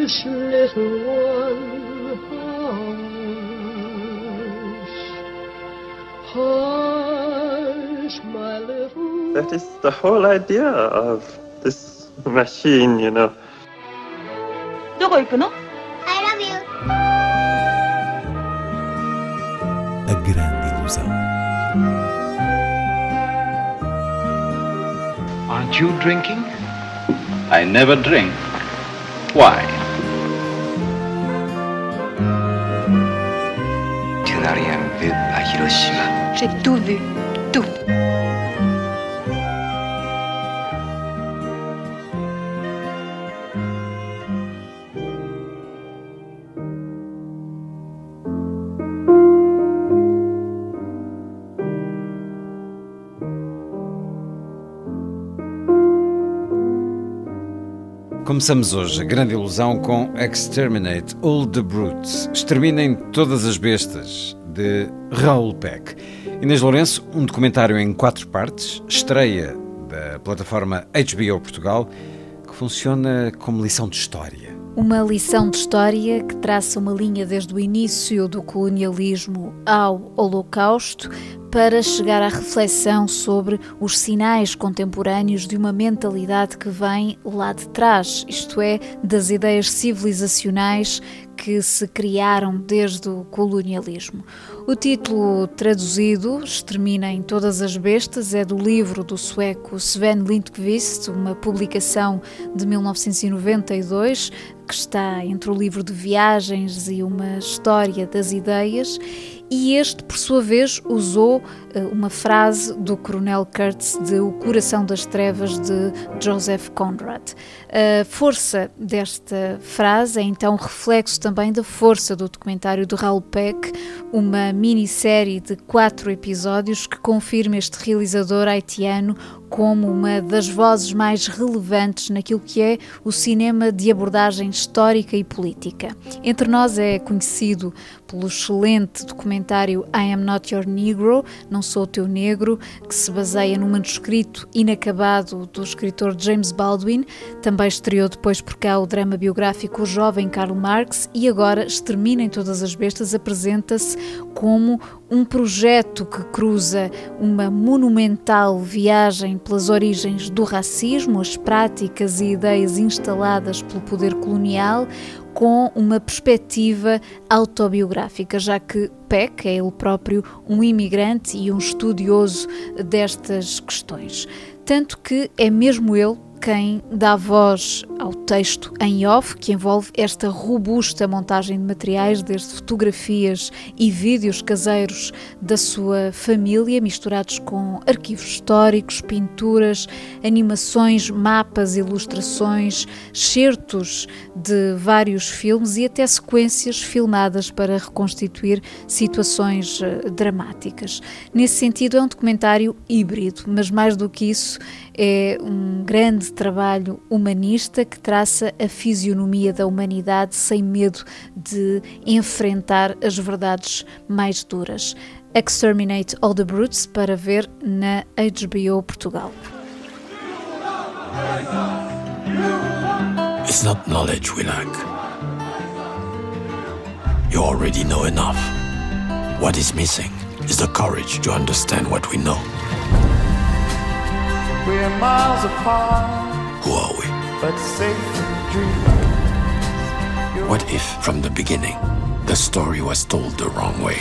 little one, hush, my little... That is the whole idea of this machine, you know. どこ行くの? I love you. A grande ilusão. Aren't you drinking? I never drink. Why? Tu n'as rien vu à Hiroshima. J'ai tout vu, tout. Começamos hoje a grande ilusão com Exterminate All the Brutes, Exterminem Todas as Bestas, de Raoul Peck. Inês Lourenço, um documentário em 4 partes, estreia da plataforma HBO Portugal, que funciona como lição de história. Uma lição de história que traça uma linha desde o início do colonialismo ao Holocausto para chegar à reflexão sobre os sinais contemporâneos de uma mentalidade que vem lá de trás, isto é, das ideias civilizacionais que se criaram desde o colonialismo. O título traduzido, Exterminem Todas as Bestas, é do livro do sueco Sven Lindqvist, uma publicação de 1992, que está entre o livro de viagens e uma história das ideias, e este, por sua vez, usou uma frase do Coronel Kurtz de O Coração das Trevas, de Joseph Conrad. A força desta frase é então reflexo também da força do documentário de Raoul Peck, uma minissérie de 4 episódios que confirma este realizador haitiano como uma das vozes mais relevantes naquilo que é o cinema de abordagem histórica e política. Entre nós é conhecido pelo excelente documentário I Am Not Your Negro, Não Sou o Teu Negro, que se baseia num manuscrito inacabado do escritor James Baldwin. Também estreou depois por cá o drama biográfico O Jovem Karl Marx, e agora Exterminem Todas as Bestas apresenta-se como um projeto que cruza uma monumental viagem pelas origens do racismo, as práticas e ideias instaladas pelo poder colonial, com uma perspectiva autobiográfica, já que Peck é ele próprio um imigrante e um estudioso destas questões. Tanto que é mesmo ele quem dá voz ao texto em off, que envolve esta robusta montagem de materiais, desde fotografias e vídeos caseiros da sua família, misturados com arquivos históricos, pinturas, animações, mapas, ilustrações, certos de vários filmes e até sequências filmadas para reconstituir situações dramáticas. Nesse sentido, é um documentário híbrido, mas mais do que isso, é um grande trabalho humanista que traça a fisionomia da humanidade sem medo de enfrentar as verdades mais duras. Exterminate All the Brutes, para ver na HBO Portugal. It's not knowledge we lack. You already know enough. What is missing is the courage to understand what we know. We're miles apart. Who are we? But safe dreams. What if, from the beginning, the story was told the wrong way?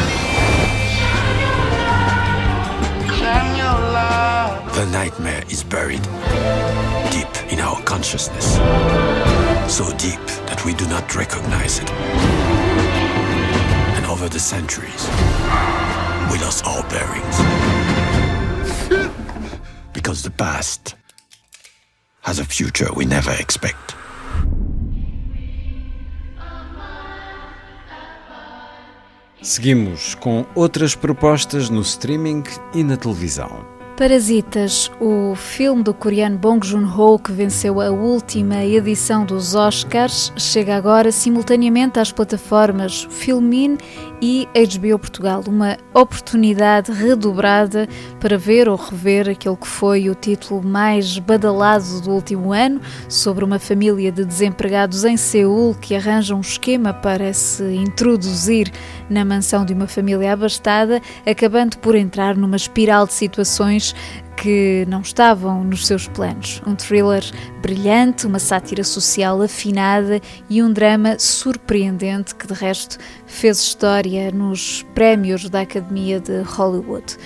Shine your light. The nightmare is buried deep in our consciousness, so deep that we do not recognize it. And over the centuries, we lost all bearings. Because the past has a future we never expect. Seguimos com outras propostas no streaming e na televisão. Parasitas, o filme do coreano Bong Joon-ho que venceu a última edição dos Oscars, chega agora simultaneamente às plataformas Filmin e HBO Portugal, uma oportunidade redobrada para ver ou rever aquele que foi o título mais badalado do último ano, sobre uma família de desempregados em Seul que arranja um esquema para se introduzir na mansão de uma família abastada, acabando por entrar numa espiral de situações que não estavam nos seus planos. Um thriller brilhante, uma sátira social afinada e um drama surpreendente que, de resto, fez história nos prémios da Academia de Hollywood.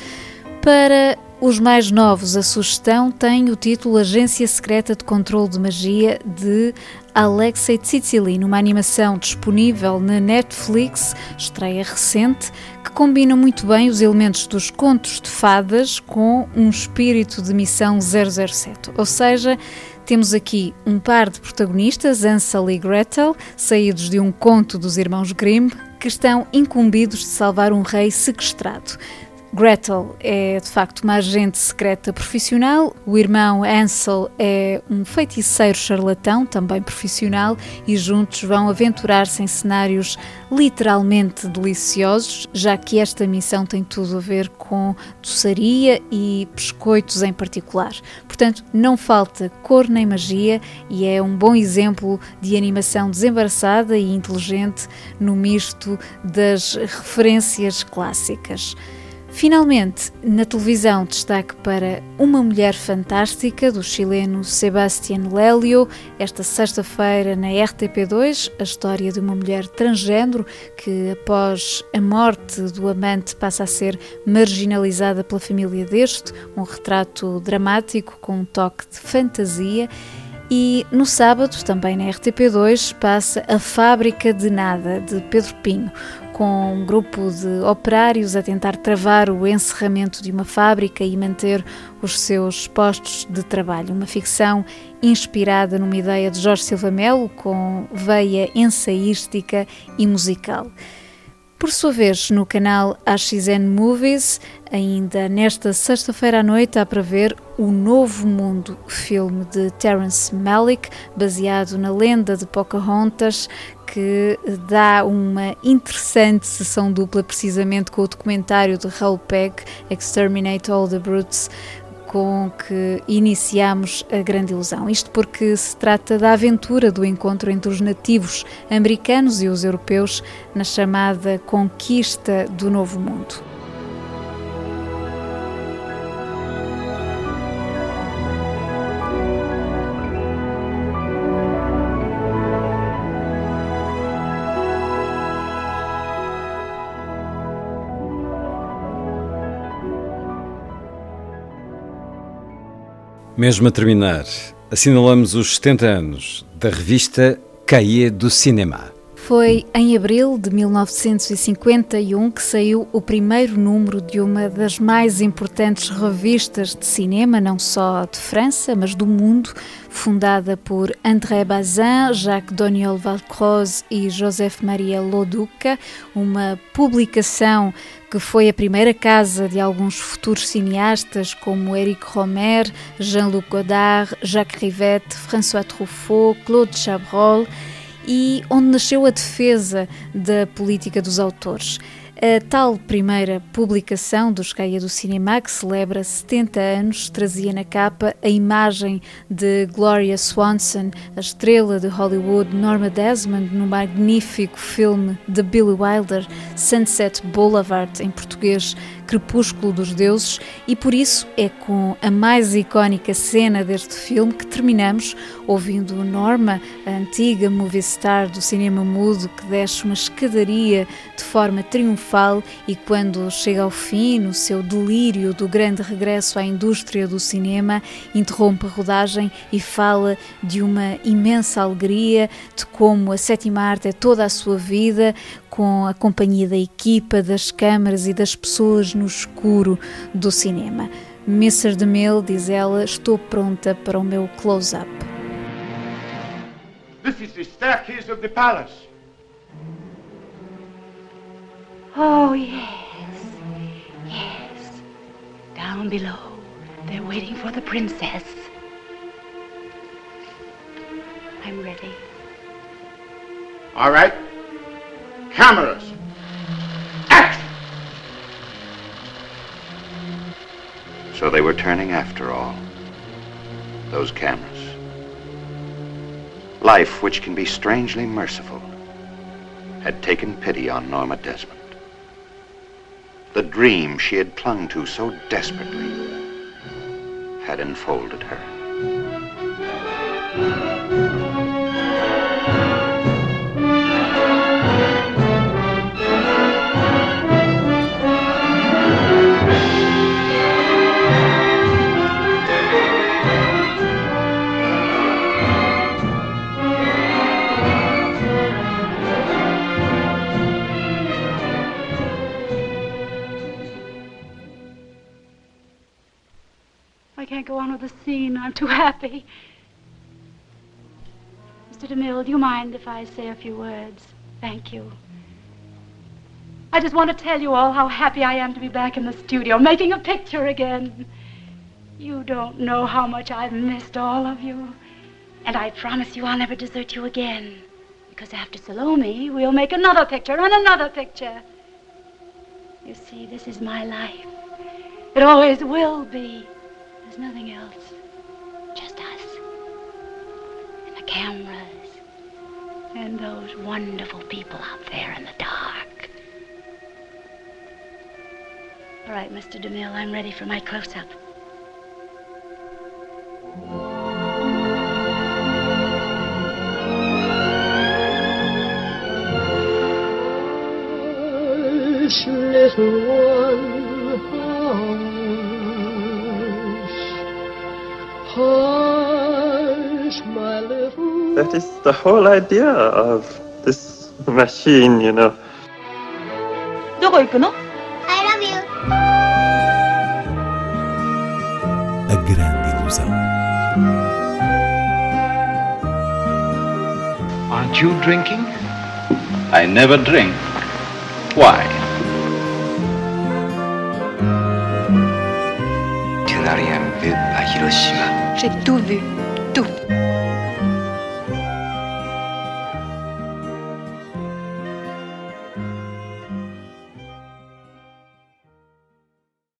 Para os mais novos, a sugestão tem o título Agência Secreta de Controle de Magia, de Alexei Tsitsilin, numa animação disponível na Netflix, estreia recente, que combina muito bem os elementos dos contos de fadas com um espírito de missão 007. Ou seja, temos aqui um par de protagonistas, Hansel e Gretel, saídos de um conto dos irmãos Grimm, que estão incumbidos de salvar um rei sequestrado. Gretel é, de facto, uma agente secreta profissional, o irmão Hansel é um feiticeiro charlatão, também profissional, e juntos vão aventurar-se em cenários literalmente deliciosos, já que esta missão tem tudo a ver com doçaria e biscoitos em particular. Portanto, não falta cor nem magia e é um bom exemplo de animação desembaraçada e inteligente no misto das referências clássicas. Finalmente, na televisão, destaque para Uma Mulher Fantástica, do chileno Sebastián Lelio, esta sexta-feira na RTP2, a história de uma mulher transgênero que, após a morte do amante, passa a ser marginalizada pela família deste, um retrato dramático com um toque de fantasia. E no sábado, também na RTP2, passa A Fábrica de Nada, de Pedro Pinho, com um grupo de operários a tentar travar o encerramento de uma fábrica e manter os seus postos de trabalho. Uma ficção inspirada numa ideia de Jorge Silva Melo, com veia ensaística e musical. Por sua vez, no canal AXN Movies, ainda nesta sexta-feira à noite, há para ver O Novo Mundo, filme de Terrence Malick, baseado na lenda de Pocahontas, que dá uma interessante sessão dupla precisamente com o documentário de Raoul Peck, Exterminate All the Brutes, com que iniciamos A Grande Ilusão. Isto porque se trata da aventura do encontro entre os nativos americanos e os europeus na chamada conquista do Novo Mundo. Mesmo a terminar, assinalamos os 70 anos da revista Cahiers du Cinéma. Foi em abril de 1951 que saiu o primeiro número de uma das mais importantes revistas de cinema, não só de França, mas do mundo, fundada por André Bazin, Jacques Doniol Valcroze e Joseph Maria Loduca, uma publicação que foi a primeira casa de alguns futuros cineastas como Éric Rohmer, Jean-Luc Godard, Jacques Rivette, François Truffaut, Claude Chabrol, e onde nasceu a defesa da política dos autores. A tal primeira publicação dos Cahiers du Cinéma, que celebra 70 anos, trazia na capa a imagem de Gloria Swanson, a estrela de Hollywood Norma Desmond, no magnífico filme de Billy Wilder, Sunset Boulevard, em português Crepúsculo dos Deuses, e por isso é com a mais icónica cena deste filme que terminamos ouvindo Norma, a antiga movie star do cinema mudo, que desce uma escadaria de forma triunfal e quando chega ao fim, no seu delírio do grande regresso à indústria do cinema, interrompe a rodagem e fala de uma imensa alegria, de como a sétima arte é toda a sua vida, com a companhia da equipa, das câmaras e das pessoas no escuro do cinema. Mr. DeMille, diz ela, estou pronta para o meu close-up. This is the staircase of the palace. Oh, yes. Yes. Down below. They're waiting for the princess. I'm ready. All right. Cameras. Action! So they were turning after all. Those cameras. Life, which can be strangely merciful, had taken pity on Norma Desmond. The dream she had clung to so desperately had enfolded her. I can't go on with the scene. I'm too happy. Mr. DeMille, do you mind if I say a few words? Thank you. I just want to tell you all how happy I am to be back in the studio, making a picture again. You don't know how much I've missed all of you. And I promise you I'll never desert you again. Because after Salome, we'll make another picture and another picture. You see, this is my life. It always will be. There's nothing else. Just us. And the cameras. And those wonderful people out there in the dark. All right, Mr. DeMille, I'm ready for my close-up. Hush, little one, hush. Hush, my little... That is the whole idea of this machine, you know. どこ行くの? I love you. A grande ilusão. Aren't you drinking? I never drink. Why? Tu n'as rien vu à Hiroshima. J'ai tout vu. Tout.